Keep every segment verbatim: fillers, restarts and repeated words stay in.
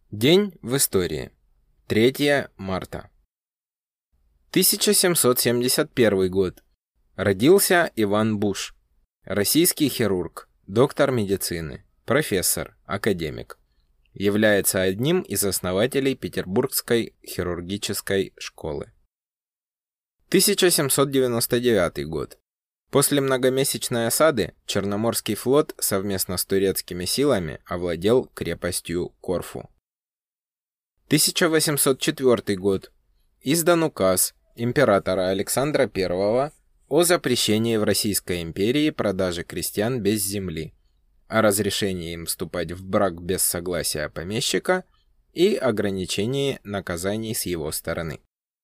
День в истории. третье марта. тысяча семьсот семьдесят первый год. Родился Иван Буш. Российский хирург, доктор медицины, профессор, академик. Является одним из основателей Петербургской хирургической школы. тысяча семьсот девяносто девятый год. После многомесячной осады Черноморский флот совместно с турецкими силами овладел крепостью Корфу. тысяча восемьсот четвёртый год. Издан указ императора Александра Первого о запрещении в Российской империи продажи крестьян без земли, о разрешении им вступать в брак без согласия помещика и ограничении наказаний с его стороны.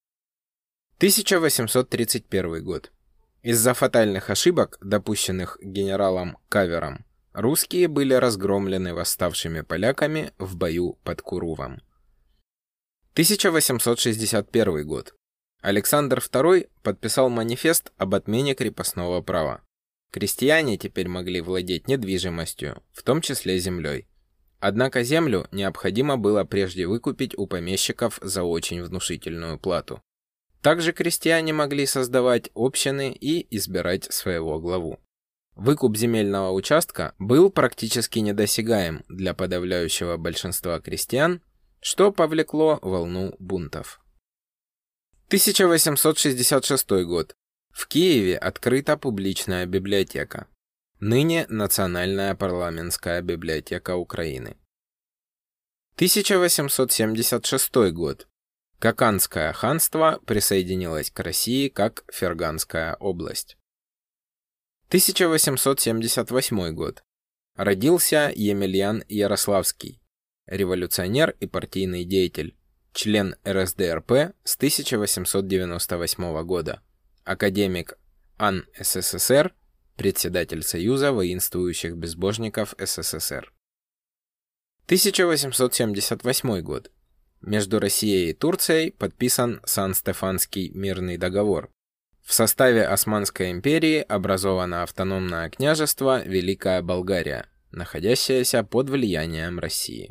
тысяча восемьсот тридцать первый год. Из-за фатальных ошибок, допущенных генералом Кавером, русские были разгромлены восставшими поляками в бою под Курувом. тысяча восемьсот шестьдесят первый год. Александр Второй подписал манифест об отмене крепостного права. Крестьяне теперь могли владеть недвижимостью, в том числе землей. Однако землю необходимо было прежде выкупить у помещиков за очень внушительную плату. Также крестьяне могли создавать общины и избирать своего главу. Выкуп земельного участка был практически недосягаем для подавляющего большинства крестьян, что повлекло волну бунтов. тысяча восемьсот шестьдесят шестой год. В Киеве открыта публичная библиотека. Ныне Национальная парламентская библиотека Украины. тысяча восемьсот семьдесят шестой год. Каканское ханство присоединилось к России как Ферганская область. тысяча восемьсот семьдесят восьмой год. Родился Емельян Ярославский. Революционер и партийный деятель, член эр эс дэ эр пэ с тысяча восемьсот девяносто восьмого года, академик ан эс эс эс эр, председатель Союза воинствующих безбожников эс эс эс эр. тысяча восемьсот семьдесят восьмой год. Между Россией и Турцией подписан Сан-Стефанский мирный договор. В составе Османской империи образовано автономное княжество Великая Болгария, находящееся под влиянием России.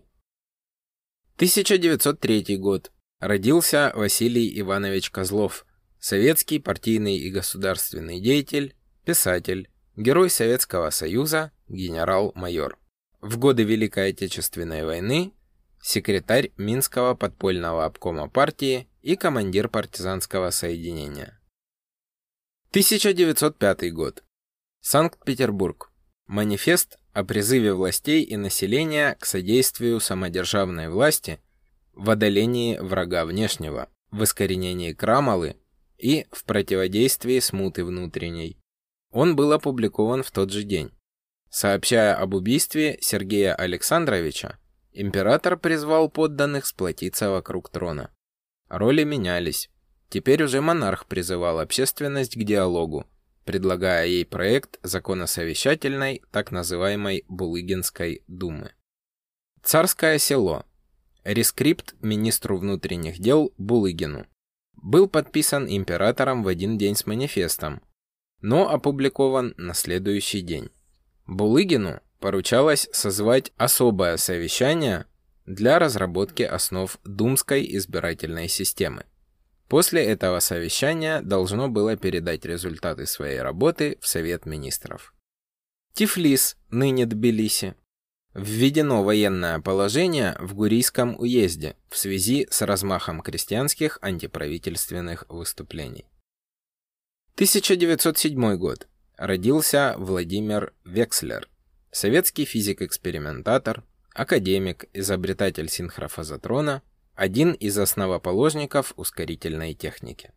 тысяча девятьсот третий год. Родился Василий Иванович Козлов, советский партийный и государственный деятель, писатель, герой Советского Союза, генерал-майор. В годы Великой Отечественной войны секретарь Минского подпольного обкома партии и командир партизанского соединения. тысяча девятьсот пятый год. Санкт-Петербург. Манифест о призыве властей и населения к содействию самодержавной власти в одолении врага внешнего, в искоренении крамолы и в противодействии смуты внутренней. Он был опубликован в тот же день. Сообщая об убийстве Сергея Александровича, император призвал подданных сплотиться вокруг трона. Роли менялись. Теперь уже монарх призывал общественность к диалогу, предлагая ей проект законосовещательной, так называемой Булыгинской думы. Царское село. Рескрипт министру внутренних дел Булыгину. Был подписан императором в один день с манифестом, но опубликован на следующий день. Булыгину поручалось созвать особое совещание для разработки основ думской избирательной системы. После этого совещания должно было передать результаты своей работы в Совет министров. Тифлис, ныне Тбилиси. Введено военное положение в Гурийском уезде в связи с размахом крестьянских антиправительственных выступлений. тысяча девятьсот седьмой год. Родился Владимир Векслер, советский физик-экспериментатор, академик, изобретатель синхрофазотрона, один из основоположников ускорительной техники.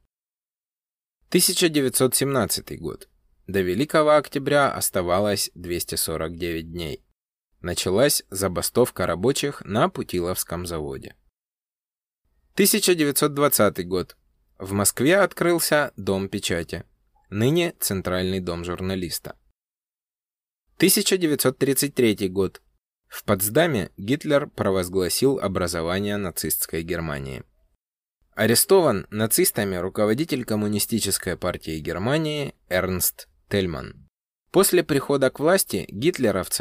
тысяча девятьсот семнадцатый год. До Великого Октября оставалось двести сорок девять дней. Началась забастовка рабочих на Путиловском заводе. тысяча девятьсот двадцатый год. В Москве открылся Дом печати, ныне Центральный дом журналиста. тысяча девятьсот тридцать третий год. В Потсдаме Гитлер провозгласил образование нацистской Германии. Арестован нацистами руководитель коммунистической партии Германии Эрнст Тельман. После прихода к власти гитлеровцев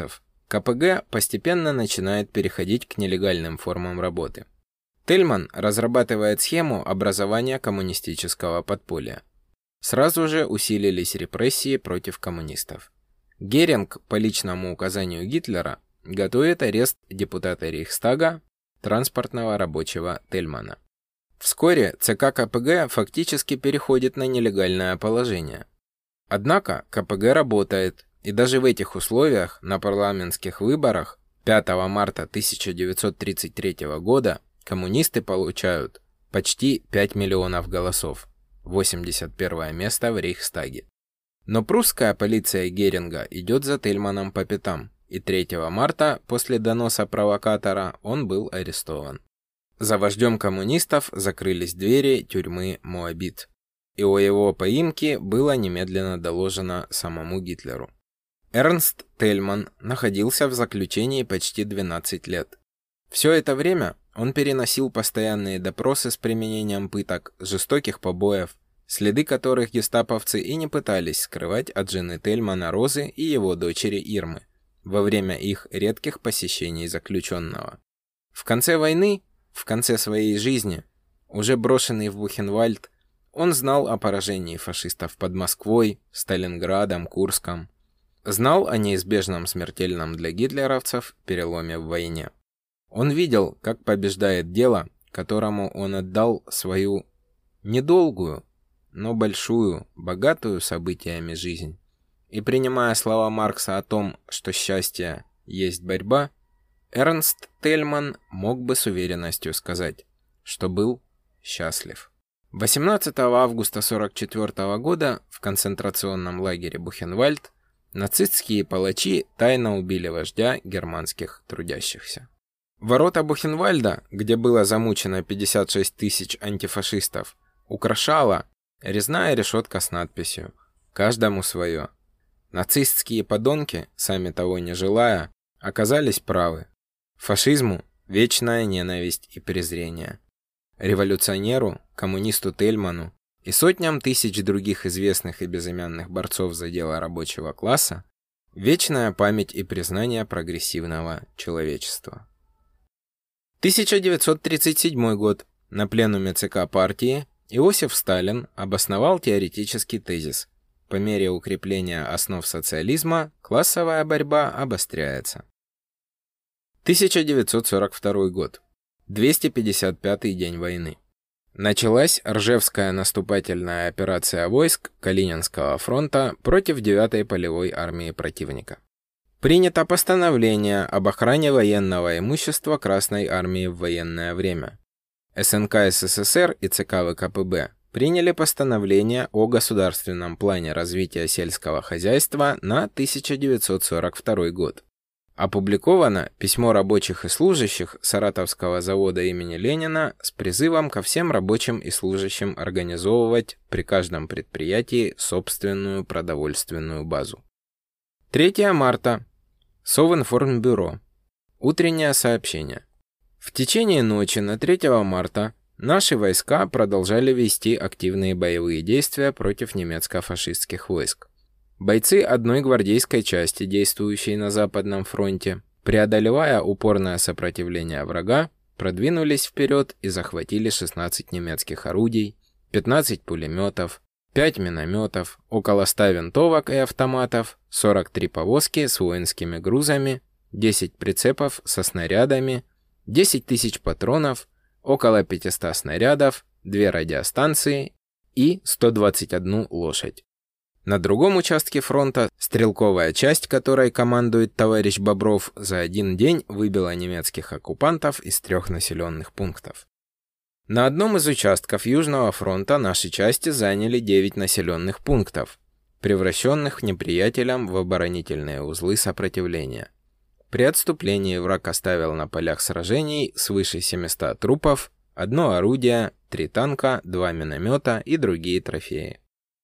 ка пэ гэ постепенно начинает переходить к нелегальным формам работы. Тельман разрабатывает схему образования коммунистического подполья. Сразу же усилились репрессии против коммунистов. Геринг по личному указанию Гитлера готовит арест депутата Рейхстага, транспортного рабочего Тельмана. Вскоре ЦК ка пэ гэ фактически переходит на нелегальное положение. Однако ка пэ гэ работает, и даже в этих условиях на парламентских выборах пятого марта тысяча девятьсот тридцать третьего года коммунисты получают почти пять миллионов голосов, восемьдесят первое место в Рейхстаге. Но прусская полиция Геринга идет за Тельманом по пятам, и третьего марта, после доноса провокатора, он был арестован. За вождем коммунистов закрылись двери тюрьмы Моабит, и о его поимке было немедленно доложено самому Гитлеру. Эрнст Тельман находился в заключении почти двенадцать лет. Все это время он переносил постоянные допросы с применением пыток, жестоких побоев, следы которых гестаповцы и не пытались скрывать от жены Тельмана Розы и его дочери Ирмы во время их редких посещений заключенного. В конце войны, в конце своей жизни, уже брошенный в Бухенвальд, он знал о поражении фашистов под Москвой, Сталинградом, Курском. Знал о неизбежном смертельном для гитлеровцев переломе в войне. Он видел, как побеждает дело, которому он отдал свою недолгую, но большую, богатую событиями жизнь. И принимая слова Маркса о том, что счастье есть борьба, Эрнст Тельман мог бы с уверенностью сказать, что был счастлив. восемнадцатого августа сорок четвёртого года в концентрационном лагере Бухенвальд нацистские палачи тайно убили вождя германских трудящихся. Ворота Бухенвальда, где было замучено пятьдесят шесть тысяч антифашистов, украшала резная решетка с надписью «Каждому свое». Нацистские подонки, сами того не желая, оказались правы. Фашизму – вечная ненависть и презрение. Революционеру, коммунисту Тельману и сотням тысяч других известных и безымянных борцов за дело рабочего класса – вечная память и признание прогрессивного человечества. тысяча девятьсот тридцать седьмой год. На пленуме ЦК партии Иосиф Сталин обосновал теоретический тезис: по мере укрепления основ социализма классовая борьба обостряется. тысяча девятьсот сорок второй год. двести пятьдесят пятый день войны. Началась Ржевская наступательная операция войск Калининского фронта против девятой полевой армии противника. Принято постановление об охране военного имущества Красной армии в военное время. эс эн ка эс эс эс эр и ЦК вэ ка пэ бэ приняли постановление о государственном плане развития сельского хозяйства на тысяча девятьсот сорок второй год. Опубликовано письмо рабочих и служащих Саратовского завода имени Ленина с призывом ко всем рабочим и служащим организовывать при каждом предприятии собственную продовольственную базу. третьего марта. Совинформбюро. Утреннее сообщение. В течение ночи на третьего марта наши войска продолжали вести активные боевые действия против немецко-фашистских войск. Бойцы одной гвардейской части, действующей на Западном фронте, преодолевая упорное сопротивление врага, продвинулись вперед и захватили шестнадцать немецких орудий, пятнадцать пулеметов, пять минометов, около ста винтовок и автоматов, сорок три повозки с воинскими грузами, десять прицепов со снарядами, десять тысяч патронов, около пятисот снарядов, две радиостанции и сто двадцать одну лошадь. На другом участке фронта стрелковая часть, которой командует товарищ Бобров, за один день выбила немецких оккупантов из трех населенных пунктов. На одном из участков Южного фронта наши части заняли девять населенных пунктов, превращенных неприятелем в оборонительные узлы сопротивления. При отступлении враг оставил на полях сражений свыше семисот трупов, одно орудие, три танка, два миномета и другие трофеи.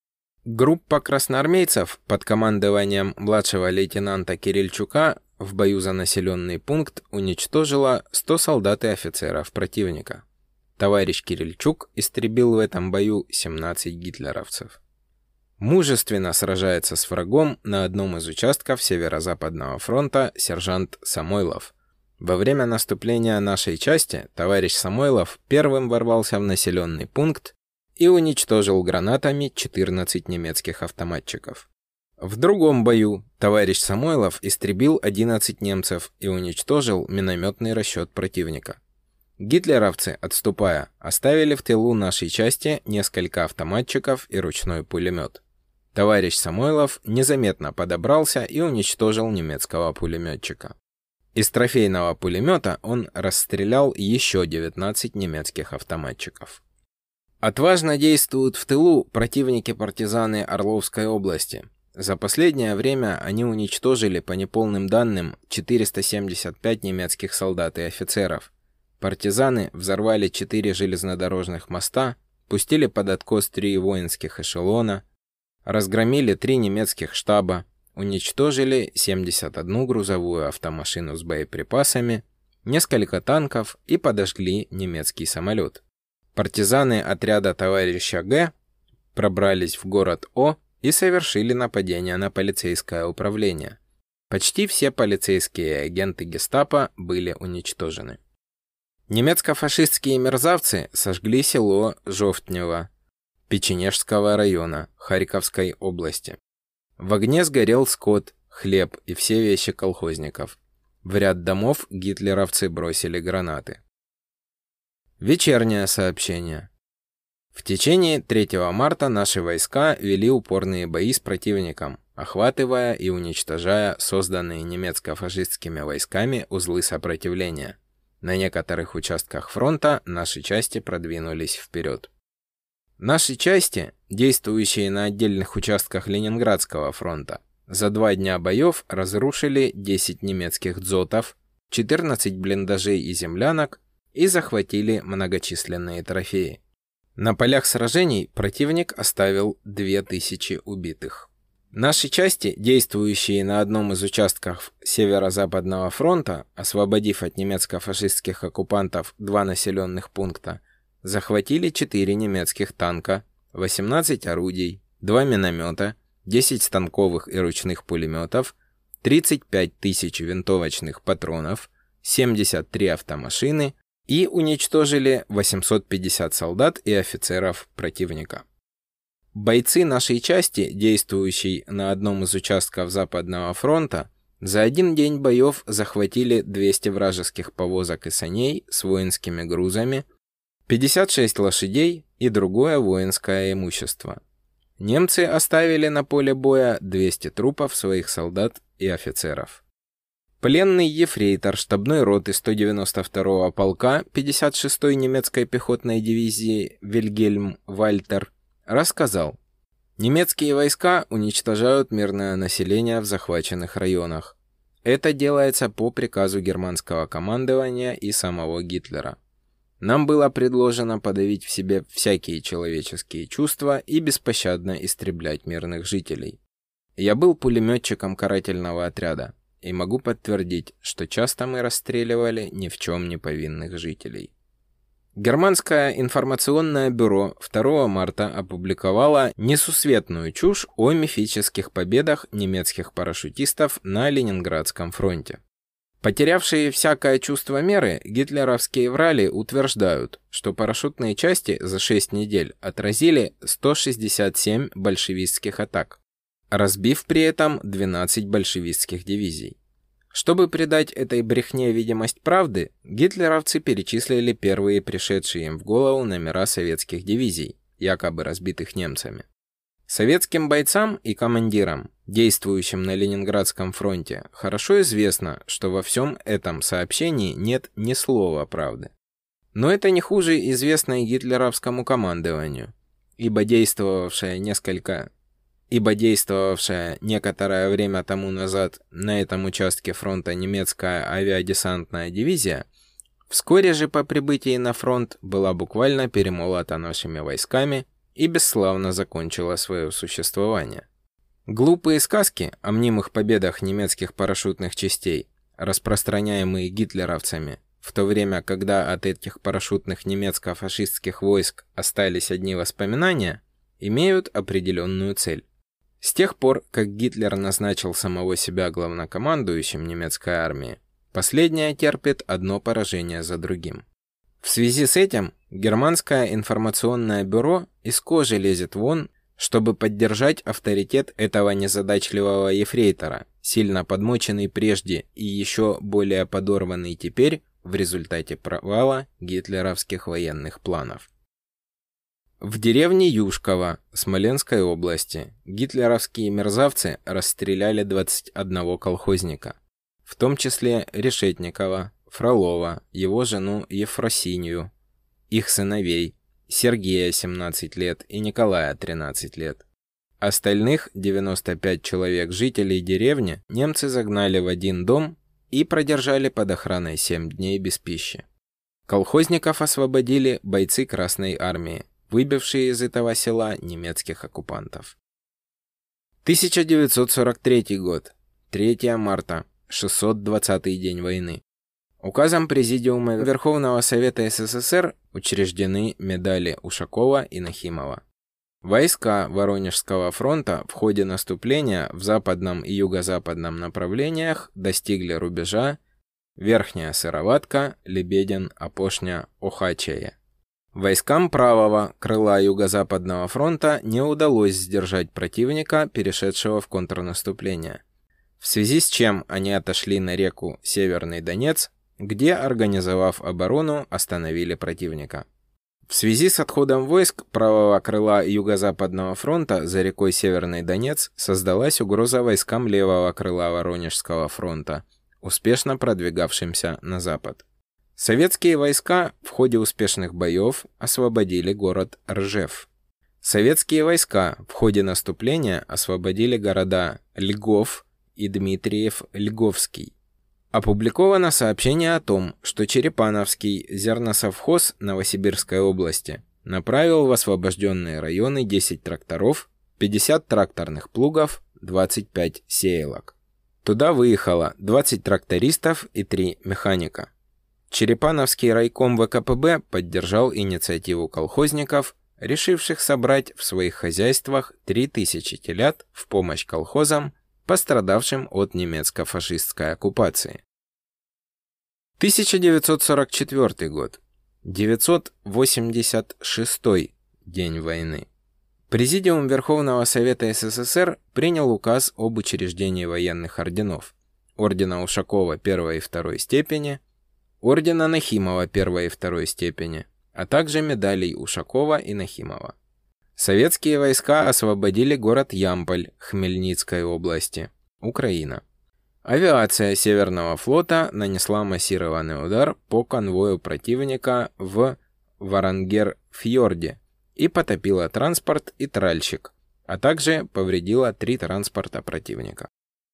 Группа красноармейцев под командованием младшего лейтенанта Кирильчука в бою за населенный пункт уничтожила сто солдат и офицеров противника. Товарищ Кирильчук истребил в этом бою семнадцать гитлеровцев. Мужественно сражается с врагом на одном из участков Северо-Западного фронта сержант Самойлов. Во время наступления нашей части товарищ Самойлов первым ворвался в населенный пункт и уничтожил гранатами четырнадцать немецких автоматчиков. В другом бою товарищ Самойлов истребил одиннадцать немцев и уничтожил минометный расчет противника. Гитлеровцы, отступая, оставили в тылу нашей части несколько автоматчиков и ручной пулемет. Товарищ Самойлов незаметно подобрался и уничтожил немецкого пулеметчика. Из трофейного пулемета он расстрелял еще девятнадцать немецких автоматчиков. Отважно действуют в тылу противники-партизаны Орловской области. За последнее время они уничтожили, по неполным данным, четыреста семьдесят пять немецких солдат и офицеров. Партизаны взорвали четыре железнодорожных моста, пустили под откос три воинских эшелона, разгромили три немецких штаба, уничтожили семьдесят одну грузовую автомашину с боеприпасами, несколько танков и подожгли немецкий самолет. Партизаны отряда товарища Г. пробрались в город О и совершили нападение на полицейское управление. Почти все полицейские агенты гестапо были уничтожены. Немецко-фашистские мерзавцы сожгли село Жовтнево Печенежского района Харьковской области. В огне сгорел скот, хлеб и все вещи колхозников. В ряд домов гитлеровцы бросили гранаты. Вечернее сообщение. В течение третьего марта наши войска вели упорные бои с противником, охватывая и уничтожая созданные немецко-фашистскими войсками узлы сопротивления. На некоторых участках фронта наши части продвинулись вперед. Наши части, действующие на отдельных участках Ленинградского фронта, за два дня боев разрушили десять немецких дзотов, четырнадцать блиндажей и землянок и захватили многочисленные трофеи. На полях сражений противник оставил две тысячи убитых. Наши части, действующие на одном из участков Северо-Западного фронта, освободив от немецко-фашистских оккупантов два населенных пункта, захватили четыре немецких танка, восемнадцать орудий, два миномета, десять станковых и ручных пулеметов, тридцать пять тысяч винтовочных патронов, семьдесят три автомашины и уничтожили восемьсот пятьдесят солдат и офицеров противника. Бойцы нашей части, действующей на одном из участков Западного фронта, за один день боев захватили двести вражеских повозок и саней с воинскими грузами, пятьдесят шесть лошадей и другое воинское имущество. Немцы оставили на поле боя двести трупов своих солдат и офицеров. Пленный ефрейтор штабной роты сто девяносто второго полка пятьдесят шестой немецкой пехотной дивизии Вильгельм Вальтер рассказал: немецкие войска уничтожают мирное население в захваченных районах. Это делается по приказу германского командования и самого Гитлера. Нам было предложено подавить в себе всякие человеческие чувства и беспощадно истреблять мирных жителей. Я был пулеметчиком карательного отряда и могу подтвердить, что часто мы расстреливали ни в чем не повинных жителей. Германское информационное бюро второго марта опубликовало несусветную чушь о мифических победах немецких парашютистов на Ленинградском фронте. Потерявшие всякое чувство меры, гитлеровские врали утверждают, что парашютные части за шесть недель отразили сто шестьдесят семь большевистских атак, разбив при этом двенадцать большевистских дивизий. Чтобы придать этой брехне видимость правды, гитлеровцы перечислили первые пришедшие им в голову номера советских дивизий, якобы разбитых немцами. Советским бойцам и командирам, действующим на Ленинградском фронте, хорошо известно, что во всем этом сообщении нет ни слова правды. Но это не хуже известной гитлеровскому командованию, ибо действовавшая несколько... ибо действовавшая некоторое время тому назад на этом участке фронта немецкая авиадесантная дивизия вскоре же по прибытии на фронт была буквально перемолота нашими войсками и бесславно закончила свое существование. Глупые сказки о мнимых победах немецких парашютных частей, распространяемые гитлеровцами, в то время, когда от этих парашютных немецко-фашистских войск остались одни воспоминания, имеют определенную цель. С тех пор, как Гитлер назначил самого себя главнокомандующим немецкой армии, последняя терпит одно поражение за другим. В связи с этим германское информационное бюро из кожи лезет вон, чтобы поддержать авторитет этого незадачливого ефрейтора, сильно подмоченный прежде и еще более подорванный теперь в результате провала гитлеровских военных планов. В деревне Юшково Смоленской области гитлеровские мерзавцы расстреляли двадцать одного колхозника, в том числе Решетникова, Фролова, его жену Ефросинью, их сыновей, Сергея семнадцать лет и Николая тринадцать лет. Остальных девяносто пять человек жителей деревни немцы загнали в один дом и продержали под охраной семь дней без пищи. Колхозников освободили бойцы Красной армии, выбившие из этого села немецких оккупантов. тысяча девятьсот сорок третий год, третьего марта, шестьсот двадцатый день войны. Указом Президиума Верховного Совета СССР учреждены медали Ушакова и Нахимова. Войска Воронежского фронта в ходе наступления в западном и юго-западном направлениях достигли рубежа Верхняя Сыроватка, Лебедин, Опошня, Охачее. Войскам правого крыла Юго-Западного фронта не удалось сдержать противника, перешедшего в контрнаступление, в связи с чем они отошли на реку Северный Донец, где, организовав оборону, остановили противника. В связи с отходом войск правого крыла Юго-Западного фронта за рекой Северный Донец создалась угроза войскам левого крыла Воронежского фронта, успешно продвигавшимся на запад. Советские войска в ходе успешных боев освободили город Ржев. Советские войска в ходе наступления освободили города Льгов и Дмитриев-Льговский. Опубликовано сообщение о том, что Черепановский зерносовхоз Новосибирской области направил в освобожденные районы десять тракторов, пятьдесят тракторных плугов, двадцать пять сеялок. Туда выехало двадцать трактористов и три механика. Черепановский райком ВКПБ поддержал инициативу колхозников, решивших собрать в своих хозяйствах три тысячи телят в помощь колхозам, пострадавшим от немецко-фашистской оккупации. тысяча девятьсот сорок четвёртый год, девятьсот восемьдесят шестой день войны. Президиум Верховного Совета СССР принял указ об учреждении военных орденов: ордена Ушакова первой и второй степени, ордена Нахимова первой и второй степени, а также медалей Ушакова и Нахимова. Советские войска освободили город Ямполь Хмельницкой области, Украина. Авиация Северного флота нанесла массированный удар по конвою противника в Варангер-фьорде и потопила транспорт и тральщик, а также повредила три транспорта противника.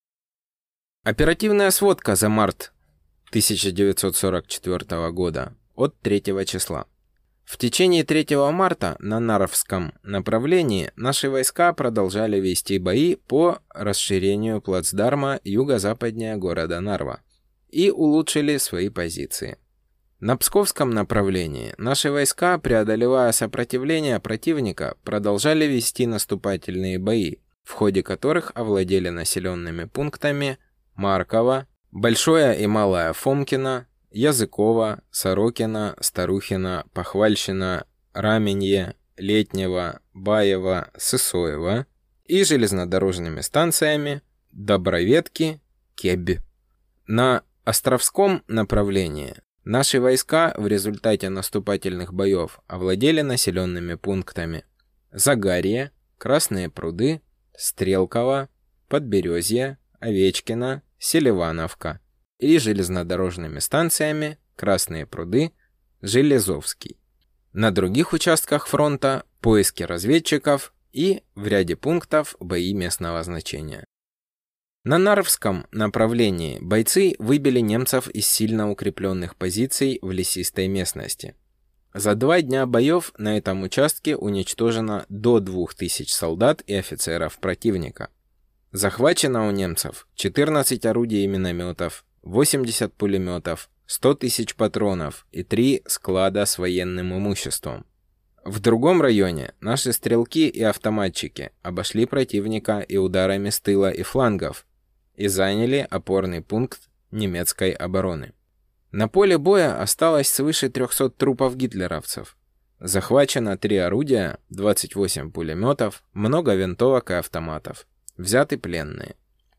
Оперативная сводка за март тысяча девятьсот сорок четвёртого года от третьего числа. В течение третьего марта на Нарвском направлении наши войска продолжали вести бои по расширению плацдарма юго-западнее города Нарва и улучшили свои позиции. На Псковском направлении наши войска, преодолевая сопротивление противника, продолжали вести наступательные бои, в ходе которых овладели населенными пунктами Марково, Большое и Малое Фомкино, Языково, Сорокино, Старухино, Похвальщина, Раменье, Летнево, Баево, Сысоево и железнодорожными станциями Доброветки, Кебб. На Островском направлении наши войска в результате наступательных боев овладели населенными пунктами Загарье, Красные пруды, Стрелково, Подберезье, Овечкино, Селивановка и железнодорожными станциями Красные пруды, Железовский. На других участках фронта поиски разведчиков и в ряде пунктов бои местного значения. На Нарвском направлении бойцы выбили немцев из сильно укрепленных позиций в лесистой местности. За два дня боев на этом участке уничтожено до двух тысяч солдат и офицеров противника. Захвачено у немцев четырнадцать орудий и минометов, восемьдесят пулеметов, сто тысяч патронов и три склада с военным имуществом. В другом районе наши стрелки и автоматчики обошли противника и ударами с тыла и флангов и заняли опорный пункт немецкой обороны. На поле боя осталось свыше трехсот трупов гитлеровцев. Захвачено три орудия, двадцать восемь пулеметов, много винтовок и автоматов. Взяты пленные.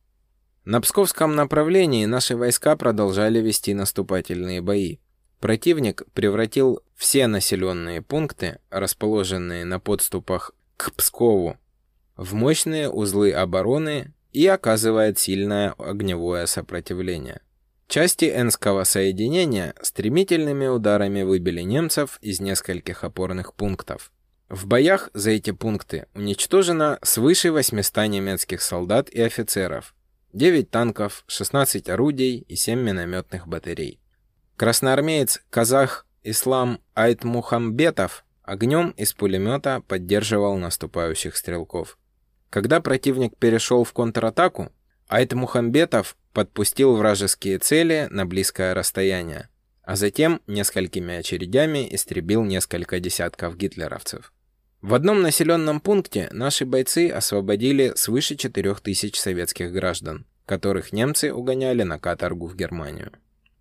На Псковском направлении наши войска продолжали вести наступательные бои. Противник превратил все населенные пункты, расположенные на подступах к Пскову, в мощные узлы обороны и оказывает сильное огневое сопротивление. Части Энского соединения стремительными ударами выбили немцев из нескольких опорных пунктов. В боях за эти пункты уничтожено свыше восьмисот немецких солдат и офицеров, девять танков, шестнадцать орудий и семь минометных батарей. Красноармеец казах Ислам Айтмухамбетов огнем из пулемета поддерживал наступающих стрелков. Когда противник перешел в контратаку, Айтмухамбетов подпустил вражеские цели на близкое расстояние, а затем несколькими очередями истребил несколько десятков гитлеровцев. В одном населенном пункте наши бойцы освободили свыше четырёх тысяч советских граждан, которых немцы угоняли на каторгу в Германию.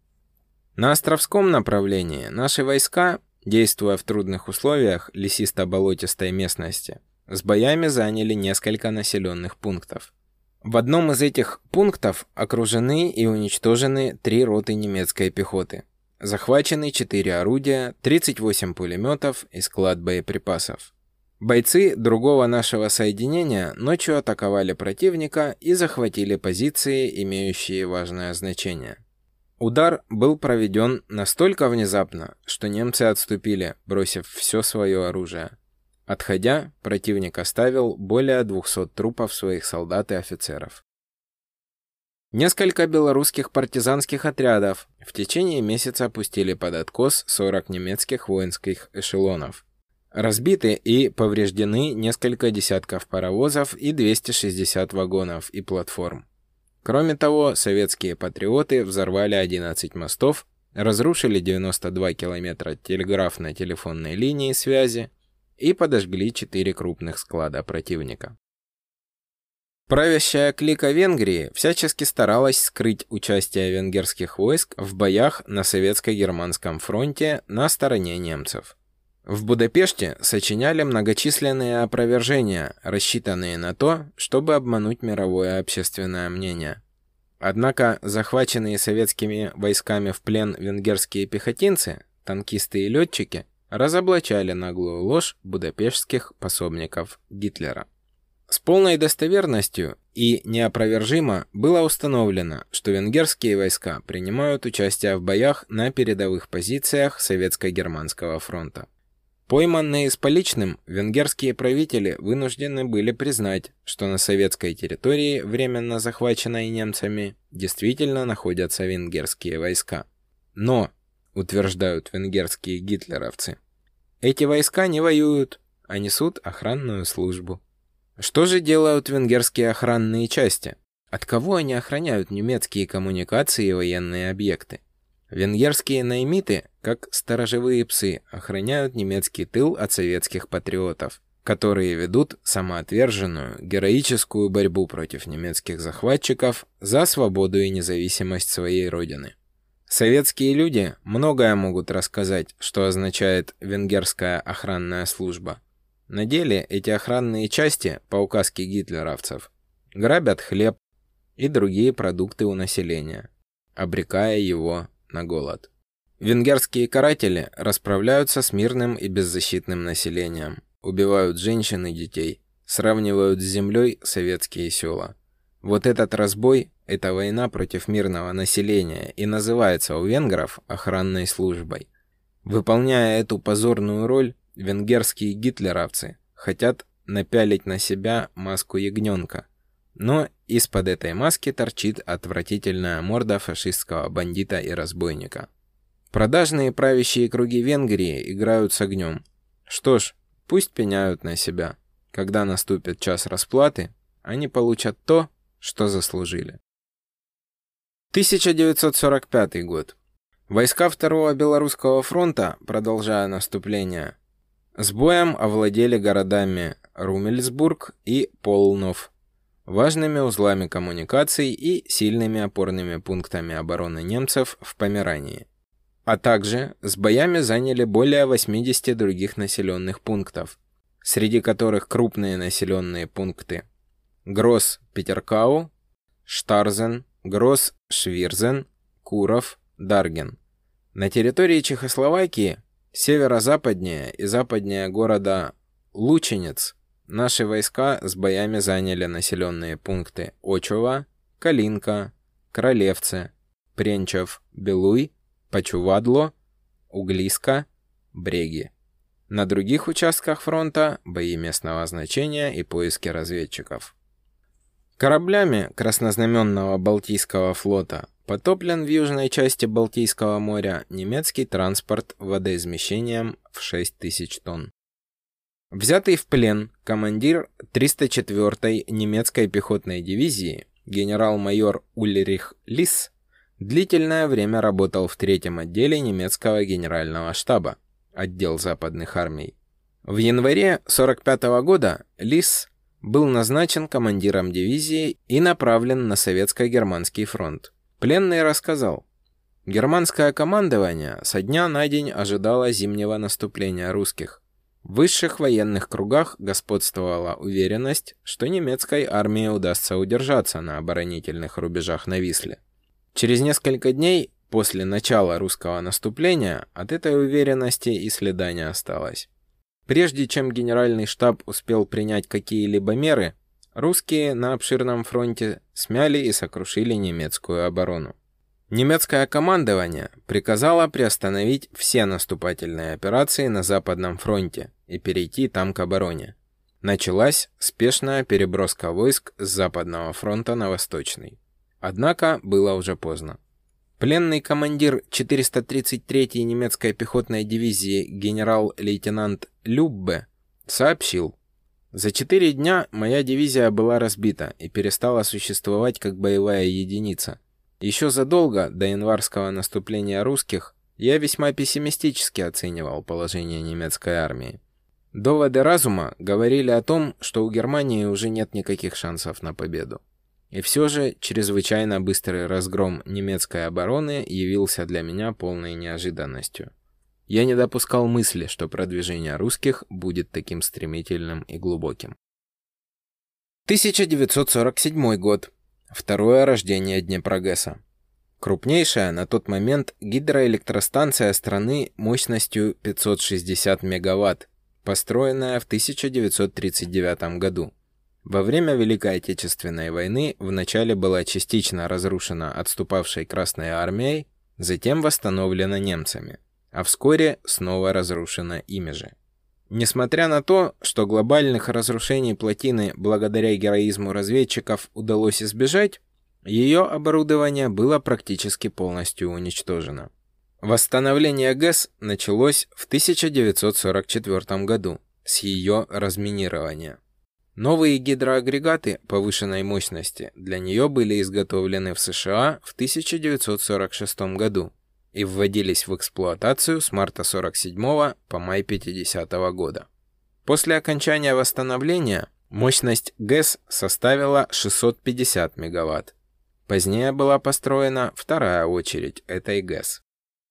На Островском направлении наши войска, действуя в трудных условиях лесисто-болотистой местности, с боями заняли несколько населенных пунктов. В одном из этих пунктов окружены и уничтожены три роты немецкой пехоты. Захвачены четыре орудия, тридцать восемь пулеметов и склад боеприпасов. Бойцы другого нашего соединения ночью атаковали противника и захватили позиции, имеющие важное значение. Удар был проведен настолько внезапно, что немцы отступили, бросив все свое оружие. Отходя, противник оставил более двухсот трупов своих солдат и офицеров. Несколько белорусских партизанских отрядов в течение месяца пустили под откос сорок немецких воинских эшелонов. Разбиты и повреждены несколько десятков паровозов и двести шестьдесят вагонов и платформ. Кроме того, советские патриоты взорвали одиннадцать мостов, разрушили девяносто два километра телеграфно-телефонной линии связи и подожгли четыре крупных склада противника. Правящая клика Венгрии всячески старалась скрыть участие венгерских войск в боях на советско-германском фронте на стороне немцев. В Будапеште сочиняли многочисленные опровержения, рассчитанные на то, чтобы обмануть мировое общественное мнение. Однако захваченные советскими войсками в плен венгерские пехотинцы, танкисты и летчики разоблачали наглую ложь будапештских пособников Гитлера. С полной достоверностью и неопровержимо было установлено, что венгерские войска принимают участие в боях на передовых позициях Советско-германского фронта. Пойманные с поличным, венгерские правители вынуждены были признать, что на советской территории, временно захваченной немцами, действительно находятся венгерские войска. Но, утверждают венгерские гитлеровцы, эти войска не воюют, а несут охранную службу. Что же делают венгерские охранные части? От кого они охраняют немецкие коммуникации и военные объекты? Венгерские наймиты, как сторожевые псы, охраняют немецкий тыл от советских патриотов, которые ведут самоотверженную, героическую борьбу против немецких захватчиков за свободу и независимость своей родины. Советские люди многое могут рассказать, что означает венгерская охранная служба. На деле эти охранные части, по указке гитлеровцев, грабят хлеб и другие продукты у населения, обрекая его на голод. Венгерские каратели расправляются с мирным и беззащитным населением, убивают женщин и детей, сравнивают с землей советские села. Вот этот разбой, эта война против мирного населения и называется у венгров охранной службой. Выполняя эту позорную роль, венгерские гитлеровцы хотят напялить на себя маску ягненка, но из-под этой маски торчит отвратительная морда фашистского бандита и разбойника. Продажные правящие круги Венгрии играют с огнем. Что ж, пусть пеняют на себя. Когда наступит час расплаты, они получат то, что заслужили. тысяча девятьсот сорок пятый год. Войска Второго Белорусского фронта, продолжая наступление, С боем овладели городами Румельсбург и Полнов, важными узлами коммуникаций и сильными опорными пунктами обороны немцев в Померании. А также с боями заняли более восьмидесяти других населенных пунктов, среди которых крупные населенные пункты Гросс-Петеркау, Штарзен, Гросс-Швирзен, Куров, Дарген. На территории Чехословакии, северо-западнее и западнее города Лученец, наши войска с боями заняли населенные пункты Очова, Калинка, Кролевце, Пренчев, Белуй, Почувадло, Углиска, Бреги. На других участках фронта бои местного значения и поиски разведчиков. Кораблями краснознаменного Балтийского флота потоплен в южной части Балтийского моря немецкий транспорт водоизмещением в шесть тысяч тонн. Взятый в плен командир триста четвёртой немецкой пехотной дивизии генерал-майор Ульрих Лис длительное время работал в третьем отделе немецкого генерального штаба, отдел западных армий. В январе сорок пятого года Лис был назначен командиром дивизии и направлен на советско-германский фронт. Пленный рассказал: германское командование со дня на день ожидало зимнего наступления русских. В высших военных кругах господствовала уверенность, что немецкой армии удастся удержаться на оборонительных рубежах на Висле. Через несколько дней после начала русского наступления от этой уверенности и следа не осталось. Прежде чем генеральный штаб успел принять какие-либо меры, русские на обширном фронте смяли и сокрушили немецкую оборону. Немецкое командование приказало приостановить все наступательные операции на Западном фронте и перейти там к обороне. Началась спешная переброска войск с Западного фронта на Восточный. Однако было уже поздно. Пленный командир четыреста тридцать третьей немецкой пехотной дивизии генерал-лейтенант Люббе сообщил: «За четыре дня моя дивизия была разбита и перестала существовать как боевая единица. Еще задолго до январского наступления русских я весьма пессимистически оценивал положение немецкой армии. Доводы разума говорили о том, что у Германии уже нет никаких шансов на победу. И все же чрезвычайно быстрый разгром немецкой обороны явился для меня полной неожиданностью. Я не допускал мысли, что продвижение русских будет таким стремительным и глубоким». тысяча девятьсот сорок седьмой год. Второе рождение Днепрогэса. Крупнейшая на тот момент гидроэлектростанция страны мощностью пятьсот шестьдесят мегаватт, построенная в тысяча девятьсот тридцать девятом году. Во время Великой Отечественной войны вначале была частично разрушена отступавшей Красной армией, затем восстановлена немцами, а вскоре снова разрушена ими же. Несмотря на то, что глобальных разрушений плотины благодаря героизму разведчиков удалось избежать, ее оборудование было практически полностью уничтожено. Восстановление ГЭС началось в тысяча девятьсот сорок четвёртом году с ее разминирования. Новые гидроагрегаты повышенной мощности для нее были изготовлены в США в тысяча девятьсот сорок шестом году и вводились в эксплуатацию с марта сорок седьмого по май пятидесятого года. После окончания восстановления мощность ГЭС составила шестьсот пятьдесят мегаватт. Позднее была построена вторая очередь этой ГЭС.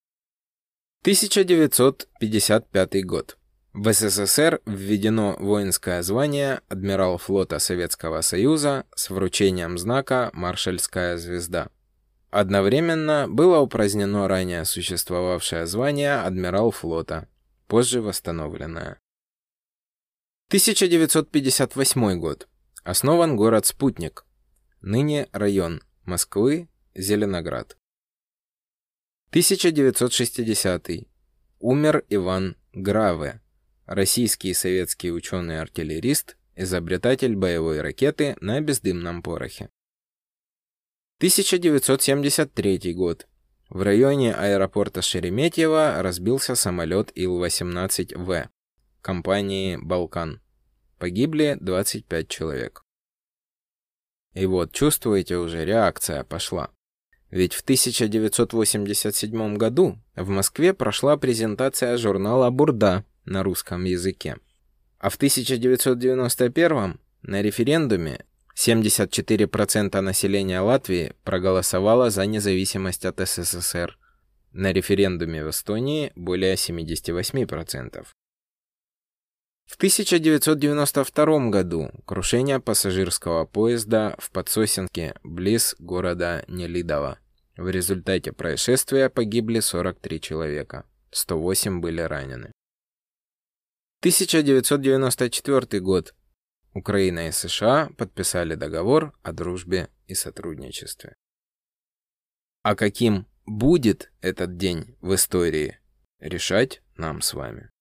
тысяча девятьсот пятьдесят пятый год. В СССР введено воинское звание адмирал флота Советского Союза с вручением знака «Маршальская звезда». Одновременно было упразднено ранее существовавшее звание адмирал флота, позже восстановленное. тысяча девятьсот пятьдесят восьмой год. Основан город Спутник, ныне район Москвы, Зеленоград. тысяча девятьсот шестидесятый. Умер Иван Граве, российский и советский ученый-артиллерист, изобретатель боевой ракеты на бездымном порохе. тысяча девятьсот семьдесят третий год. В районе аэропорта Шереметьево разбился самолет Ил восемнадцать вэ компании «Балкан». Погибли двадцать пять человек. И вот, чувствуете, уже реакция пошла. Ведь в тысяча девятьсот восемьдесят седьмом году в Москве прошла презентация журнала «Бурда» на русском языке. А в тысяча девятьсот девяносто первом на референдуме семьдесят четыре процента населения Латвии проголосовало за независимость от СССР. На референдуме в Эстонии более семьдесят восемь процентов. В тысяча девятьсот девяносто втором году крушение пассажирского поезда в Подсосинске, близ города Нелидово. В результате происшествия погибли сорок три человека, сто восемь были ранены. тысяча девятьсот девяносто четвёртый год. Украина и США подписали договор о дружбе и сотрудничестве. А каким будет этот день в истории, решать нам с вами.